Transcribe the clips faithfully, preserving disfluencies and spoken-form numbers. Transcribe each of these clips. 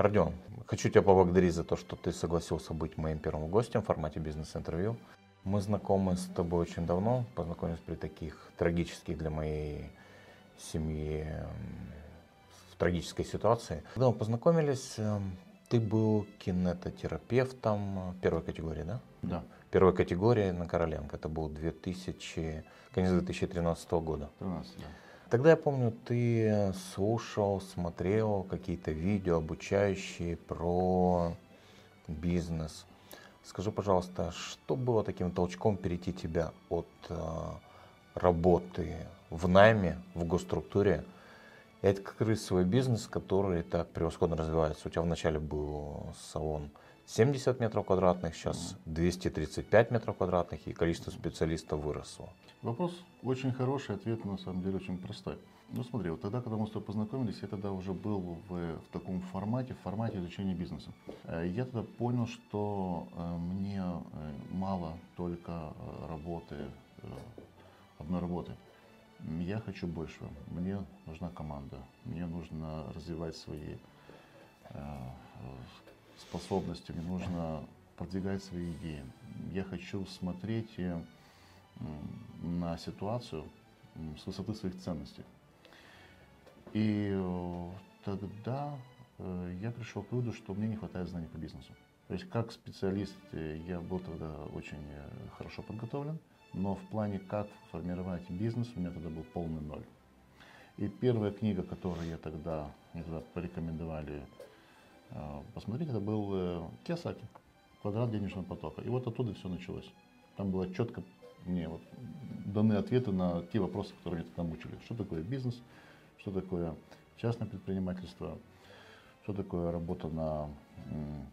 Родион, хочу тебя поблагодарить за то, что ты согласился быть моим первым гостем в формате бизнес-интервью. Мы знакомы с тобой очень давно, познакомились при таких трагических для моей семьи м, в трагической ситуации. Когда мы познакомились, эм, ты был кинетотерапевтом первой категории, да? Да. Первой категории на Короленко. Это был две тысячи, конец две тысячи тринадцатого года. тринадцать, да. Тогда я помню, ты слушал, смотрел какие-то видео обучающие про бизнес. Скажи, пожалуйста, что было таким толчком перейти тебя от э, работы в найме, в госструктуре и открыть свой бизнес, который так превосходно развивается? У тебя вначале был салон семьдесят метров квадратных, сейчас двести тридцать пять метров квадратных, и количество специалистов выросло. Вопрос очень хороший, ответ на самом деле очень простой. Ну смотри, вот тогда, когда мы с тобой познакомились, я тогда уже был в, в таком формате, в формате изучения бизнеса. Э, Я тогда понял, что э, мне э, мало только э, работы, э, одной работы. М, Я хочу большего. Мне нужна команда. Мне нужно развивать свои э, способности, мне нужно продвигать свои идеи. Я хочу смотреть э, м, на ситуацию м, с высоты своих ценностей. И э, тогда э, я пришел к выводу, что мне не хватает знаний по бизнесу. То есть как специалист э, я был тогда очень э, хорошо подготовлен, но в плане как формировать бизнес у меня тогда был полный ноль. И первая книга, которую я тогда, мне тогда порекомендовали э, посмотреть, это был э, Кийосаки «Квадрат денежного потока». И вот оттуда все началось. Там было четко мне вот даны ответы на те вопросы, которые меня тогда мучили. Что такое бизнес, что такое частное предпринимательство, что такое работа на м,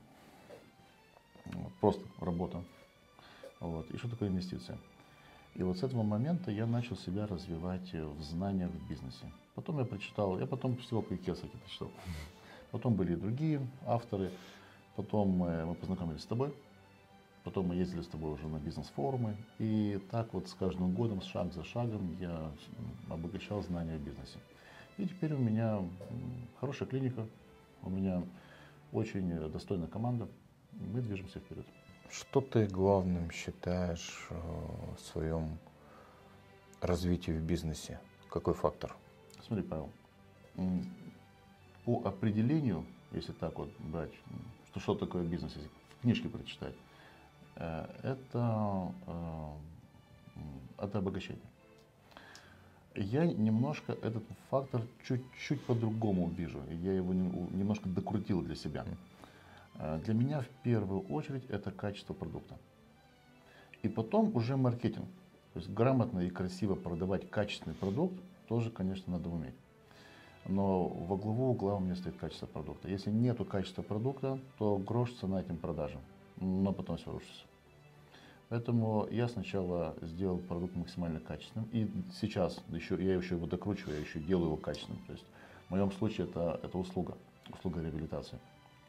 просто работа, вот, и что такое инвестиции. И вот с этого момента я начал себя развивать в знаниях в бизнесе. Потом я прочитал, я потом всего по Кийосаки прочитал. Потом были и другие авторы, потом мы, мы познакомились с тобой, потом мы ездили с тобой уже на бизнес-форумы. И так вот с каждым годом, шаг за шагом я обогащал знания в бизнесе. И теперь у меня м, хорошая клиника, у меня очень достойная команда, мы движемся вперед. Что ты главным считаешь э, в своем развитии в бизнесе? Какой фактор? Смотри, Павел, м, по определению, если так вот брать, м, что, что такое бизнес, если в книжке прочитать, э, это, э, м, это обогащение. Я немножко этот фактор чуть-чуть по-другому вижу. Я его не- немножко докрутил для себя. Э, Для меня в первую очередь это качество продукта. И потом уже маркетинг. То есть грамотно и красиво продавать качественный продукт тоже, конечно, надо уметь. Но во главу угла у меня стоит качество продукта. Если нету качества продукта, то грош цена этим продажам, но потом все рушится. Поэтому я сначала сделал продукт максимально качественным. И сейчас еще, я еще его докручиваю, я еще делаю его качественным. То есть в моем случае это, это услуга, услуга реабилитации.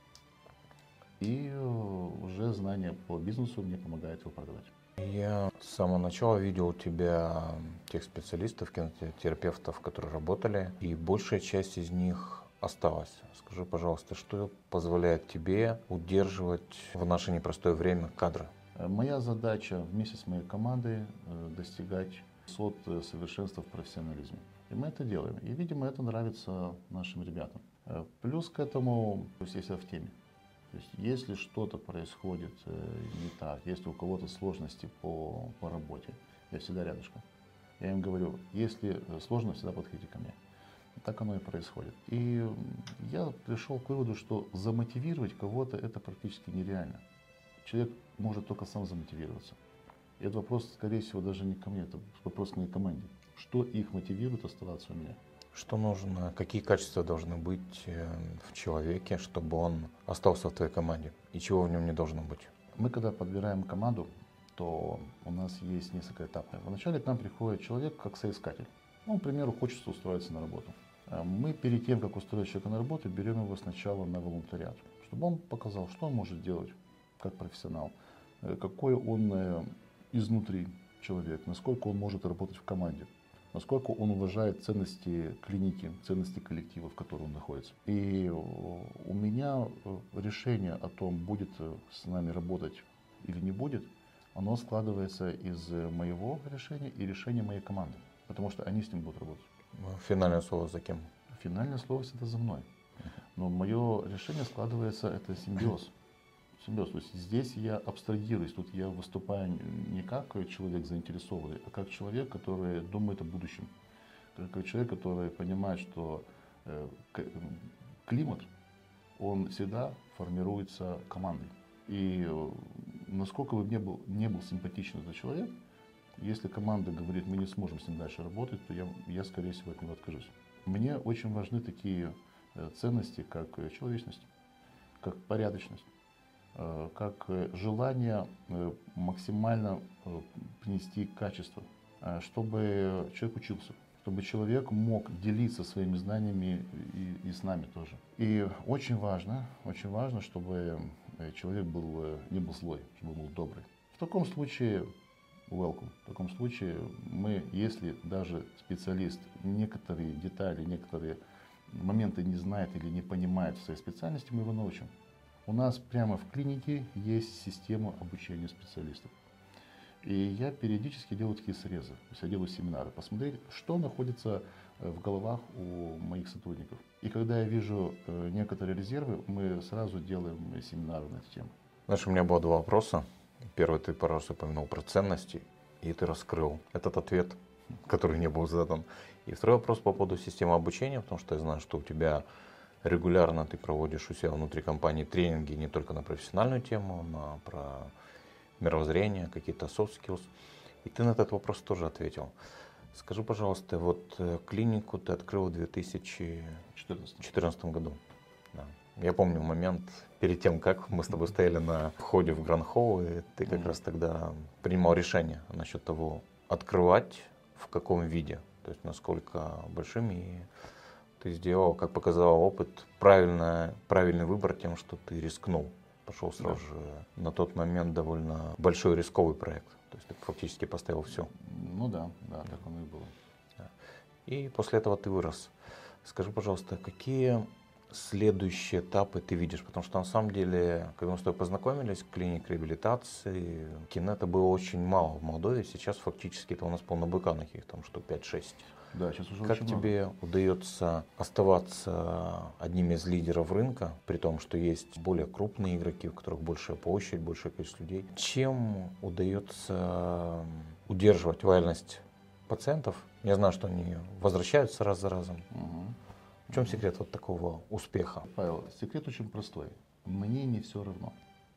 И э, уже знание по бизнесу мне помогает его продавать. Я с самого начала видел у тебя тех специалистов, кинотерапевтов, которые работали, и большая часть из них осталась. Скажи, пожалуйста, что позволяет тебе удерживать в наше непростое время кадры? Э, Моя задача вместе с моей командой э, достигать высот э, совершенства в профессионализме. И мы это делаем. И, видимо, это нравится нашим ребятам. Э, Плюс к этому, то есть если я в теме, то есть если что-то происходит э, не так, если у кого-то сложности по, по работе, я всегда рядышком. Я им говорю, если э, сложно, всегда подходите ко мне. Так оно и происходит. И м, я пришел к выводу, что замотивировать кого-то это практически нереально. Человек может только сам замотивироваться. И это вопрос, скорее всего, даже не ко мне, это вопрос к моей команде. Что их мотивирует оставаться у меня? Что нужно, какие качества должны быть э, в человеке, чтобы он остался в твоей команде, и чего в нем не должно быть? Мы когда подбираем команду, то у нас есть несколько этапов. Вначале к нам приходит человек как соискатель. Он, к примеру, хочет устроиться на работу. А Мы перед тем, как устроить человека на работу, берем его сначала на волонтариат, чтобы он показал, что он может делать как профессионал, э, какой он э, изнутри человек, насколько он может работать в команде. насколько он уважает ценности клиники, ценности коллектива, в котором он находится. И у меня решение о том, будет с нами работать или не будет, оно складывается из моего решения и решения моей команды, потому что они с ним будут работать. Финальное слово за кем? Финальное слово всегда за мной. Но мое решение складывается, это симбиоз. Симбиоз. То есть здесь я абстрагируюсь, тут я выступаю не как человек заинтересованный, а как человек, который думает о будущем. Как человек, который понимает, что климат, он всегда формируется командой. И насколько бы мне был, не был симпатичен этот человек, если команда говорит, мы не сможем с ним дальше работать, то я, я скорее всего, от него откажусь. Мне очень важны такие ценности, как человечность, как порядочность, как желание максимально принести качество, чтобы человек учился, чтобы человек мог делиться своими знаниями и, и с нами тоже. И очень важно, очень важно, чтобы человек был, не был злой, чтобы был добрый. В таком случае welcome. В таком случае мы, если даже специалист некоторые детали, некоторые моменты не знает или не понимает в своей специальности, мы его научим. У нас прямо в клинике есть система обучения специалистов. И я периодически делаю такие срезы, то есть я делаю семинары, посмотреть, что находится в головах у моих сотрудников. И когда я вижу некоторые резервы, мы сразу делаем семинары на эту тему. Знаешь, у меня было два вопроса. Первый, ты пару раз упомянул про ценности, и ты раскрыл этот ответ, который не был задан. И второй вопрос по поводу системы обучения, потому что я знаю, что у тебя регулярно ты проводишь у себя внутри компании тренинги не только на профессиональную тему, но про мировоззрение, какие-то soft skills. И ты на этот вопрос тоже ответил. Скажи, пожалуйста, вот клинику ты открыл в две тысячи четырнадцатом году. Да. Я помню момент перед тем, как мы с тобой стояли на входе в Grand Hall, и ты как mm-hmm. раз тогда принимал решение насчет того, открывать в каком виде, то есть насколько большим, и ты сделал, как показал опыт, правильно, правильный выбор тем, что ты рискнул. Пошел сразу да. же на тот момент довольно большой рисковый проект. То есть ты фактически поставил все. Ну да, да, так оно и было. Да. И после этого ты вырос. Скажи, пожалуйста, какие следующие этапы ты видишь? Потому что на самом деле, когда мы с тобой познакомились, клиник реабилитации, кинета было очень мало в Молдове. Сейчас фактически это у нас полно быканах, их там штук пять-шесть. Да, сейчас уже как очень тебе много. удается оставаться одним из лидеров рынка, при том, что есть более крупные игроки, у которых большая площадь, большее количество людей? Чем удается удерживать лояльность пациентов? Я знаю, что они возвращаются раз за разом. Угу. В чем секрет вот такого успеха? Павел, секрет очень простой. Мне не все равно.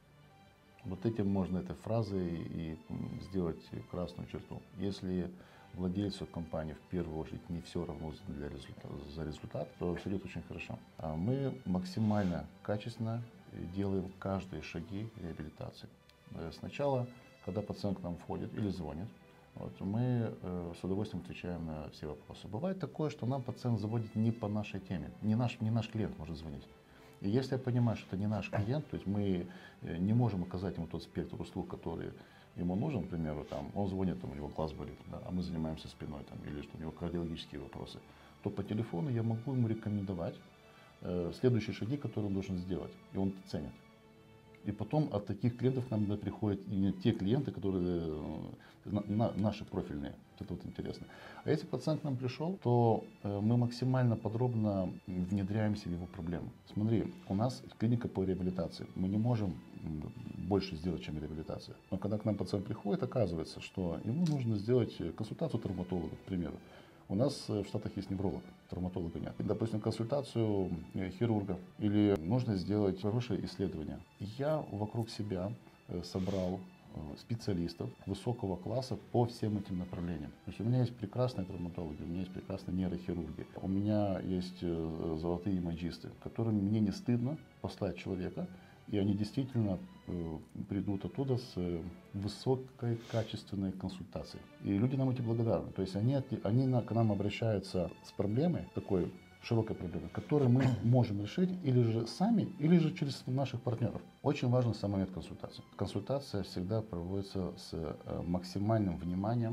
Вот этим можно, этой фразой и сделать красную черту. Если владельцу компании в первую очередь не все равно для результата, за результат, то все идет очень хорошо. А мы максимально качественно делаем каждые шаги реабилитации. Сначала, когда пациент к нам входит или звонит, вот, мы э, с удовольствием отвечаем на все вопросы. Бывает такое, что нам пациент заводит не по нашей теме, не наш, не наш клиент может звонить. И если я понимаю, что это не наш клиент, то есть мы не можем оказать ему тот спектр услуг, который ему нужен, к примеру, там, он звонит, там, у него глаз болит, да, а мы занимаемся спиной, там, или что у него кардиологические вопросы, то по телефону я могу ему рекомендовать э, следующие шаги, которые он должен сделать, и он это ценит. И потом от таких клиентов к нам приходят и те клиенты, которые на, на, наши профильные. Это вот интересно. А если пациент к нам пришел, то э, мы максимально подробно внедряемся в его проблемы. Смотри, у нас клиника по реабилитации. Мы не можем больше сделать, чем реабилитация. Но когда к нам пациент приходит, оказывается, что ему нужно сделать консультацию травматолога, к примеру. У нас в Штатах есть невролог, травматолога нет. Допустим, консультацию хирурга. Или нужно сделать хорошее исследование. Я вокруг себя собрал специалистов высокого класса по всем этим направлениям. То есть у меня есть прекрасные травматологи, у меня есть прекрасные нейрохирурги, у меня есть золотые имаджисты, которым мне не стыдно послать человека, и они действительно э, придут оттуда с э, высокой качественной консультацией. И люди нам эти благодарны. То есть они, они на, к нам обращаются с проблемой, такой широкой проблемой, которую мы можем решить или же сами, или же через наших партнеров. Очень важен сам момент консультации. Консультация всегда проводится с э, максимальным вниманием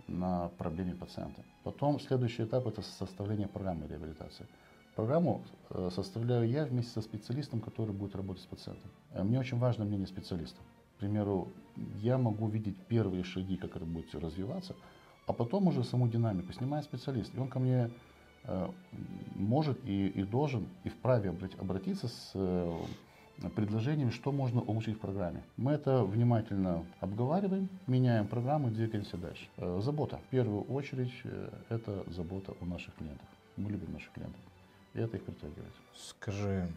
на проблеме пациента. Потом следующий этап – это составление программы реабилитации. Программу э, составляю я вместе со специалистом, который будет работать с пациентом. Э, Мне очень важно мнение специалиста. К примеру, я могу видеть первые шаги, как это будет все развиваться, а потом уже саму динамику снимает специалист. И он ко мне э, может и, и должен, и вправе обрати- обратиться с э, предложениями, что можно улучшить в программе. Мы это внимательно обговариваем, меняем программу и двигаемся дальше. Э, забота. В первую очередь э, это забота о наших клиентах. Мы любим наших клиентов. И это их притягивает. Скажи,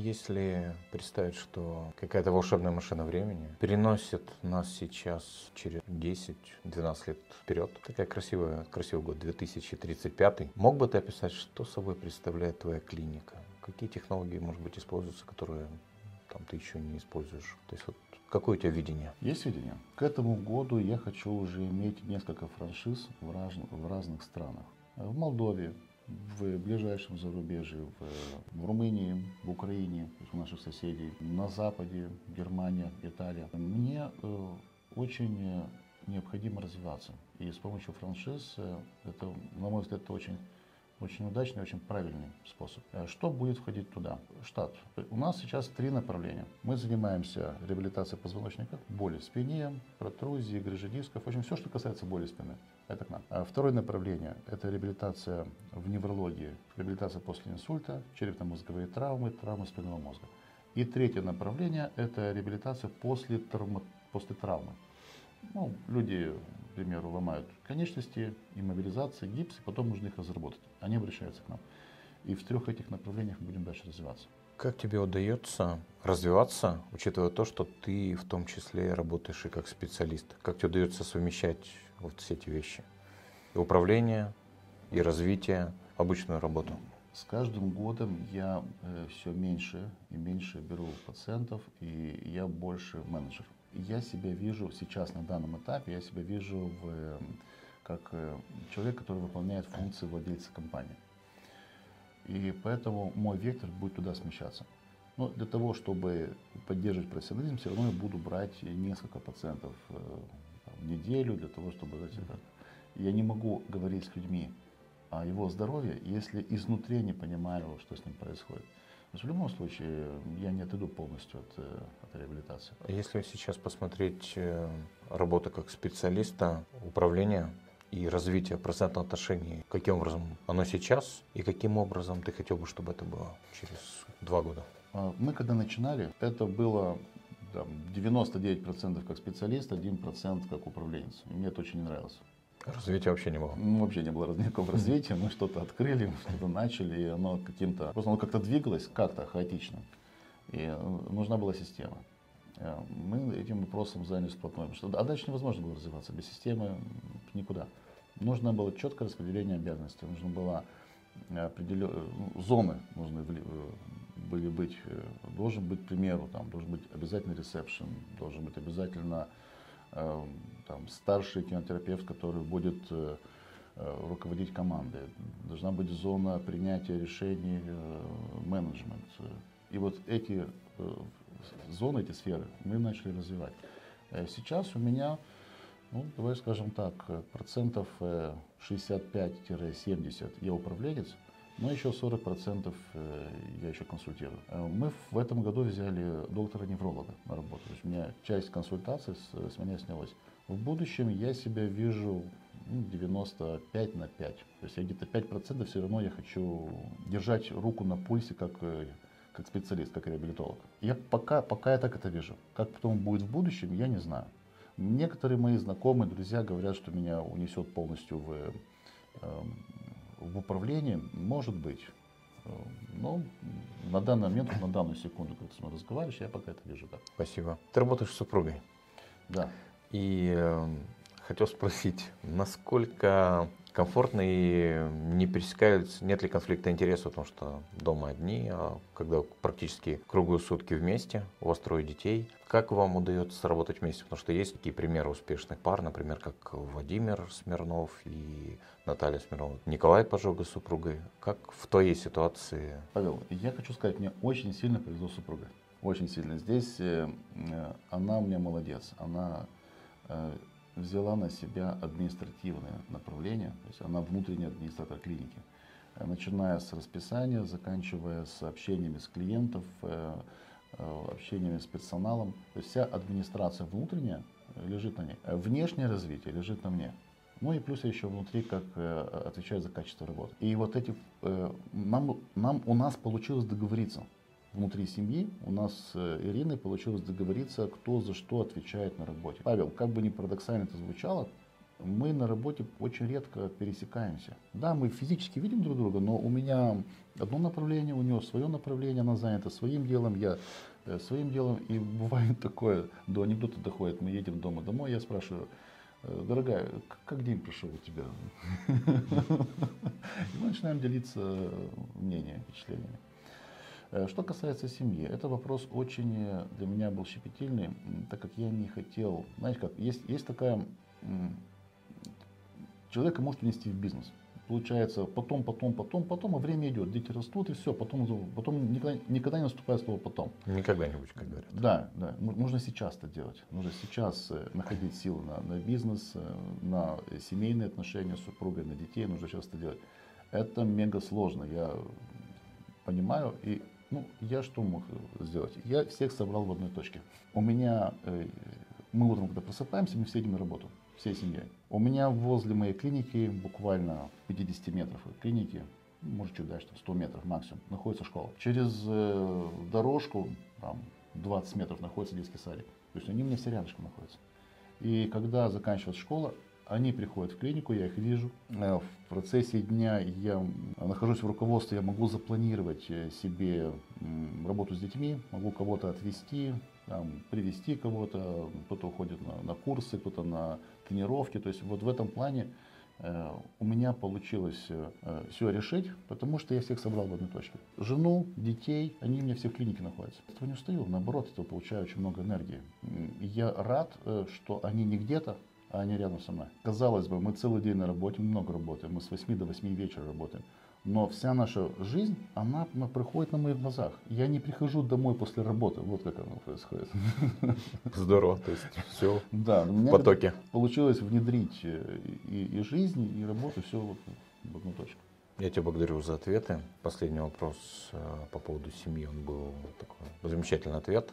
если представить, что какая-то волшебная машина времени переносит нас сейчас через десять-двенадцать лет вперед, такая красивая, красивый год, две тысячи тридцать пятый, мог бы ты описать, что собой представляет твоя клиника? Какие технологии, может быть, используются, которые там, ты еще не используешь? То есть вот какое у тебя видение? Есть видение. К этому году я хочу уже иметь несколько франшиз в, раз, в разных странах. В Молдове, в ближайшем зарубежье, в, в Румынии, в Украине, то есть у наших соседей, на Западе, Германия, Италия. Мне э, очень э, необходимо развиваться. И с помощью франшиз, э, это, на мой взгляд, это очень, очень удачный, очень правильный способ. Э, Что будет входить туда? Штат. У нас сейчас три направления. Мы занимаемся реабилитацией позвоночника, боли в спине, протрузии, грыжи дисков, в общем, все, что касается боли спины. Это к нам. А второе направление – это реабилитация в неврологии, реабилитация после инсульта, черепно-мозговые травмы, травмы спинного мозга. И третье направление – это реабилитация после, травма, после травмы. Ну, люди, к примеру, ломают конечности, иммобилизация, гипс, и потом нужно их разработать. Они обращаются к нам. И в трех этих направлениях мы будем дальше развиваться. Как тебе удается развиваться, учитывая то, что ты в том числе работаешь и как специалист? Как тебе удается совмещать вот все эти вещи? И управление, и развитие, обычную работу? С каждым годом я э, все меньше и меньше беру пациентов, и я больше менеджер. Я себя вижу сейчас на данном этапе, я себя вижу в, э, как э, человек, который выполняет функции владельца компании. И поэтому мой вектор будет туда смещаться. Но для того, чтобы поддерживать профессионализм, все равно я буду брать несколько пациентов э, там, в неделю для того, чтобы... Mm-hmm. Я не могу говорить с людьми о его здоровье, если изнутри не понимаю, что с ним происходит. Но в любом случае я не отойду полностью от, от реабилитации. Если сейчас посмотреть работу как специалиста, управление и развитие процентных отношений, каким образом оно сейчас и каким образом ты хотел бы, чтобы это было через два года? Мы когда начинали, это было там, девяносто девять процентов как специалист, один процент как управленец. И мне это очень не нравилось. Развития вообще не было? Ну, вообще не было никакого развития. Мы что-то открыли, что-то начали, и оно каким-то... Просто оно как-то двигалось, как-то хаотично. И нужна была система. Мы этим вопросом занялись вплотную. Потому что, а дальше невозможно было развиваться. Без системы никуда. Нужно было четкое распределение обязанностей. Нужно было определенные зоны нужны были быть. Должен быть, к примеру, там, должен быть обязательно ресепшн, должен быть обязательно там, старший кинотерапевт, который будет э, руководить командой. Должна быть зона принятия решений, э, менеджмент. И вот эти э, зоны, эти сферы мы начали развивать. Сейчас у меня, ну, давай скажем так, процентов шестьдесят пять - семьдесят я управленец, но еще сорок процентов я еще консультирую. Мы в этом году взяли доктора-невролога на работу. То есть у меня часть консультаций с, с меня снялась. В будущем я себя вижу ну, девяносто пять на пять. То есть я где-то пять процентов все равно я хочу держать руку на пульсе как, как специалист, как реабилитолог. Я пока, пока я так это вижу. Как потом будет в будущем, я не знаю. Некоторые мои знакомые, друзья говорят, что меня унесет полностью в... в управлении, может быть, но на данный момент, на данную секунду, как ты разговариваешь, я пока это вижу так. Спасибо. Ты работаешь с супругой? Да. И э, хотел спросить, насколько комфортно и не пересекаются, нет ли конфликта интересов, потому что дома одни, а когда практически круглые сутки вместе, у вас трое детей. Как вам удается работать вместе? Потому что есть такие примеры успешных пар, например, как Владимир Смирнов и Наталья Смирнова, Николай Пожога с супругой. Как в твоей ситуации? Павел, я хочу сказать, мне очень сильно повезло с супругой. Очень сильно. Здесь э, она у меня молодец. Она э, взяла на себя административное направление, то есть она внутренний администратор клиники. Начиная с расписания, заканчивая с общениями с клиентов, общениями с персоналом. То есть вся администрация внутренняя лежит на ней. Внешнее развитие лежит на мне. Ну и плюс я еще внутри, как отвечаю за качество работы. И вот эти, нам, нам, у нас получилось договориться. Внутри семьи у нас с Ириной получилось договориться, кто за что отвечает на работе. Павел, как бы ни парадоксально это звучало, мы на работе очень редко пересекаемся. Да, мы физически видим друг друга, но у меня одно направление, у него свое направление, она занята своим делом, я своим делом. И бывает такое, до анекдота доходит, мы едем дома домой, я спрашиваю: дорогая, как день прошел у тебя? И мы начинаем делиться мнением, впечатлениями. Что касается семьи, это вопрос очень для меня был щепетильный, так как я не хотел, знаете как, есть, есть такая, человека может унести в бизнес. Получается, потом, потом, потом, потом, а время идет, дети растут и все, потом, потом никогда, никогда не наступает слово потом. Никогда-нибудь, как говорят. Да, да, нужно сейчас это делать, нужно сейчас находить силы на, на бизнес, на семейные отношения с супругой, на детей, нужно сейчас это делать. Это мега сложно, я понимаю. И ну, я что мог сделать? Я всех собрал в одной точке. У меня, э, мы утром, когда просыпаемся, мы все идем на работу, всей семьей. У меня возле моей клиники, буквально пятьдесят метров от клиники, может чуть дальше, сто метров максимум, находится школа. Через э, дорожку, там, двадцать метров находится детский садик. То есть они у меня все рядышком находятся. И когда заканчивается школа, они приходят в клинику, я их вижу. В процессе дня я нахожусь в руководстве, я могу запланировать себе работу с детьми, могу кого-то отвезти, там, привезти кого-то, кто-то уходит на, на курсы, кто-то на тренировки. То есть вот в этом плане э, у меня получилось э, все решить, потому что я всех собрал в одной точке. Жену, детей, они у меня все в клинике находятся. От этого не устаю, наоборот, от этого получаю очень много энергии. И я рад, э, что они не где-то, а они рядом со мной. Казалось бы, мы целый день на работе, много работаем, мы с восьми до восьми вечера работаем. Но вся наша жизнь, она проходит на моих глазах. Я не прихожу домой после работы, вот как оно происходит. Здорово, то есть все да, в потоке. Получилось внедрить и, и жизнь, и работу, все вот в одну точку. Я тебя благодарю за ответы. Последний вопрос по поводу семьи, он был такой замечательный ответ.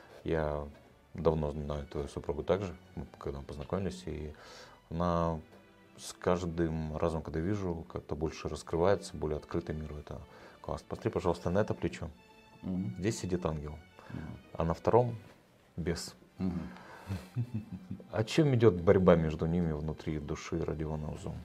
Я давно знаю твою супругу также, когда мы познакомились, и она с каждым разом, когда вижу, как-то больше раскрывается, более открытый миру. Это классно. Посмотри, пожалуйста, на это плечо. Mm-hmm. Здесь сидит ангел, mm-hmm. а на втором бес. Mm-hmm. О чем идет борьба между ними внутри души Родиона Узум?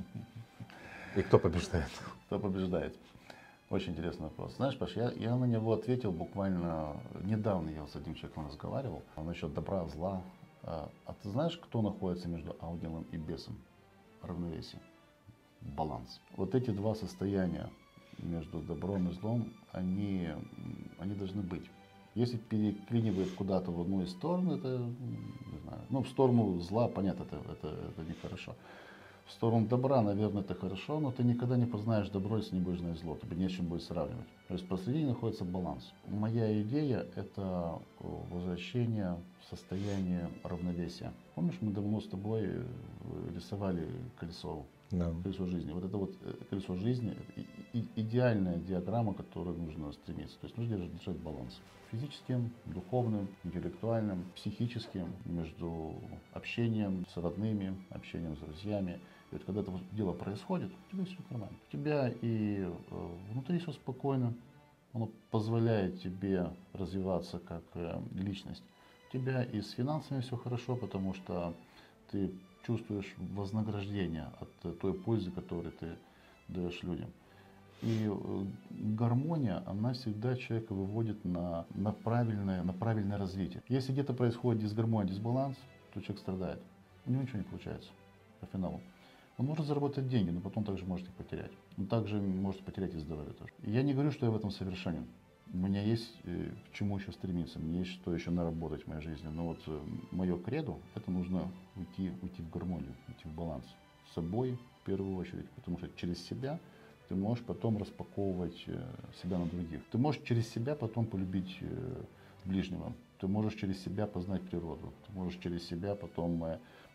И кто побеждает? Кто побеждает? Очень интересный вопрос. Знаешь, Паш, я, я на него ответил буквально недавно, я с одним человеком разговаривал насчет добра, зла. А, а ты знаешь, кто находится между ангелом и бесом? Равновесие, баланс. Вот эти два состояния между добром и злом, они, они должны быть. Если переклинивает куда-то в одну из сторон, это, не знаю, ну, в сторону зла, понятно, это, это, это нехорошо. В сторону добра, наверное, это хорошо, но ты никогда не познаешь добро, если не будешь знать зло. Тебе не с чем будет сравнивать. То есть посредине находится баланс. Моя идея – это возвращение в состояние равновесия. Помнишь, мы давно с тобой рисовали колесо, да. колесо жизни. Вот это вот колесо жизни – идеальная диаграмма, к которой нужно стремиться. То есть нужно держать баланс. Физическим, духовным, интеллектуальным, психическим, между общением с родными, общением с друзьями. И вот когда это дело происходит, у тебя все нормально. У тебя и э, внутри все спокойно, оно позволяет тебе развиваться как э, личность. У тебя и с финансами все хорошо, потому что ты чувствуешь вознаграждение от той пользы, которую ты даешь людям. И гармония, она всегда человека выводит на, на, правильное, на правильное развитие. Если где-то происходит дисгармония, дисбаланс, то человек страдает. У него ничего не получается по финалу. Он может заработать деньги, но потом также может их потерять. Он также может потерять и здоровье тоже. И я не говорю, что я в этом совершенен. У меня есть э, к чему еще стремиться, мне есть что еще наработать в моей жизни. Но вот э, мое кредо, это нужно уйти, уйти в гармонию, уйти в баланс. С собой в первую очередь, потому что через себя ты можешь потом распаковывать себя на других. Ты можешь через себя потом полюбить ближнего. Ты можешь через себя познать природу. Ты можешь через себя потом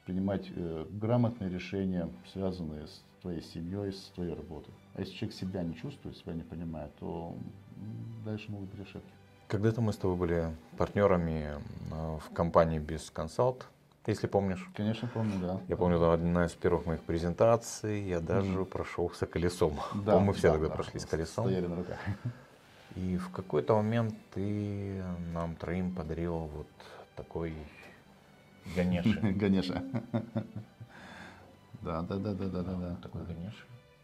принимать э, грамотные решения, связанные с твоей семьей, с твоей работой. А если человек себя не чувствует, себя не понимает, то м, дальше могут быть ошибки. Когда-то мы с тобой были партнерами э, в компании BizConsult, если помнишь. Конечно, помню, да. Я помню, это одна из первых моих презентаций, я даже Мгм. прошелся колесом. Да, По-моему, мы все да, тогда да, прошли с с- колесом. Стояли на руках. И в какой-то момент ты нам троим подарил вот такой Ганеши. Ганеша. Да, да, да, да, да, да, да. Такой Ганеши.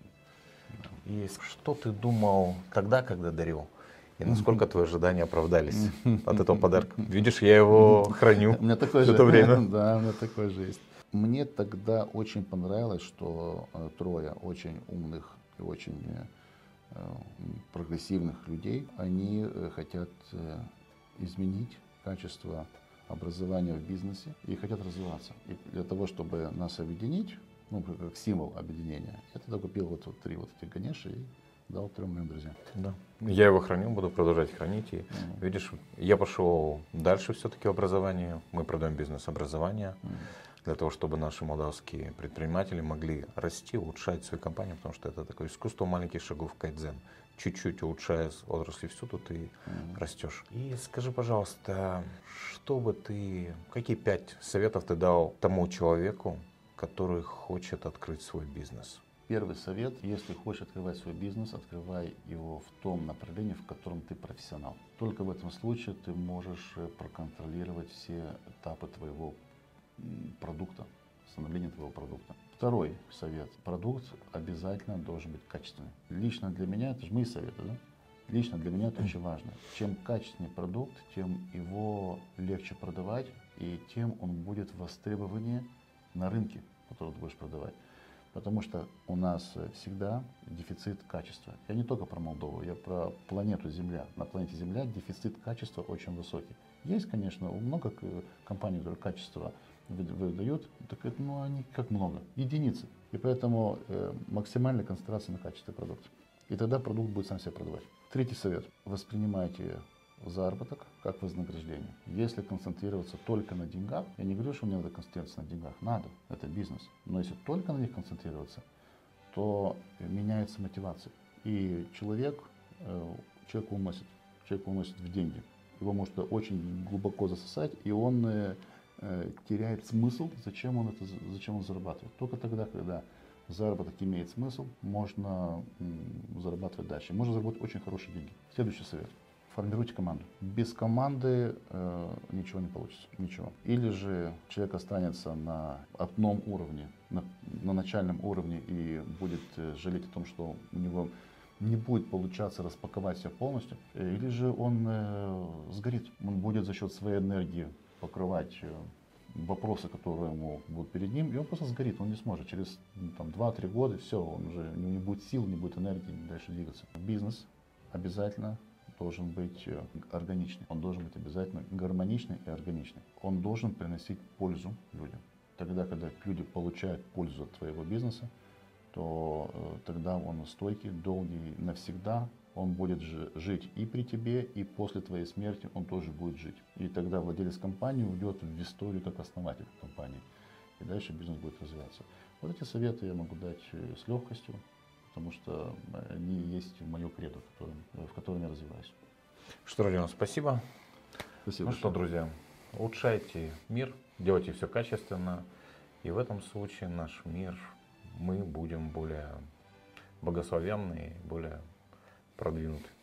И что ты думал тогда, когда дарил? И насколько твои ожидания оправдались от этого подарка? Видишь, я его храню У меня такой все же. это время. Да, у меня такой же есть. Мне тогда очень понравилось, что э, трое очень умных и очень э, э, прогрессивных людей, они э, хотят э, изменить качество образования в бизнесе и хотят развиваться. И для того, чтобы нас объединить, ну, как как символ объединения, я тогда купил вот, вот три вот этих Ганеши и дал трем моим друзьям. Да. Я его храню, буду продолжать хранить. И Мгм. видишь, я пошел дальше все-таки в образовании. Мы продаем бизнес-образование Мгм. для того, чтобы наши молдавские предприниматели могли расти, улучшать свою компанию, потому что это такое искусство маленьких шагов кайдзен. Чуть-чуть улучшая отрасль всю, то ты Мгм. растешь. И скажи, пожалуйста, что бы ты, какие пять советов ты дал тому человеку, который хочет открыть свой бизнес? Первый совет: если хочешь открывать свой бизнес, открывай его в том направлении, в котором ты профессионал. Только в этом случае ты можешь э, проконтролировать все этапы твоего м, продукта, становления твоего продукта. Второй совет: продукт обязательно должен быть качественный. Лично для меня, это же мои советы, да? Лично для меня это очень важно. Чем качественнее продукт, тем его легче продавать, и тем он будет востребованнее на рынке, который ты будешь продавать. Потому что у нас э, всегда дефицит качества. Я не только про Молдову, я про планету Земля. На планете Земля дефицит качества очень высокий. Есть, конечно, много к- компаний, которые качество выд- выдают, так это, ну, они как много, единицы. И поэтому э, максимальная концентрация на качестве продукта. И тогда продукт будет сам себя продавать. Третий совет: воспринимайте заработок как вознаграждение. Если концентрироваться только на деньгах, я не говорю, что мне надо концентрироваться на деньгах, надо, это бизнес. Но если только на них концентрироваться, то меняется мотивация. И человек, э, человек уносит, человек уносит в деньги. Его может очень глубоко засосать, и он э, э, теряет смысл, зачем он это, зачем он зарабатывает. Только тогда, когда заработок имеет смысл, можно м, зарабатывать дальше. Можно заработать очень хорошие деньги. Следующий совет: формируйте команду. Без команды э, ничего не получится. Ничего. Или же человек останется на одном уровне, на, на начальном уровне и будет э, жалеть о том, что у него не будет получаться распаковать себя полностью. Э, Или же он э, сгорит. Он будет за счет своей энергии покрывать э, вопросы, которые ему будут перед ним, и он просто сгорит, он не сможет. Через ну, там, два-три года все, он уже, у него не будет сил, не будет энергии дальше двигаться. Бизнес обязательно должен быть э, органичный, он должен быть обязательно гармоничный и органичный. Он должен приносить пользу людям. Тогда, когда люди получают пользу от твоего бизнеса, то э, тогда он стойкий, долгий, навсегда. Он будет жи- жить и при тебе, и после твоей смерти он тоже будет жить. И тогда владелец компании уйдет в историю как основатель компании. И дальше бизнес будет развиваться. Вот эти советы я могу дать э, с легкостью, потому что они есть в мое кредо, в котором, в котором я развиваюсь. Что, Родион, спасибо. Спасибо. Ну что, друзья, улучшайте мир, делайте все качественно. И в этом случае наш мир, мы будем более благословенны и более продвинуты.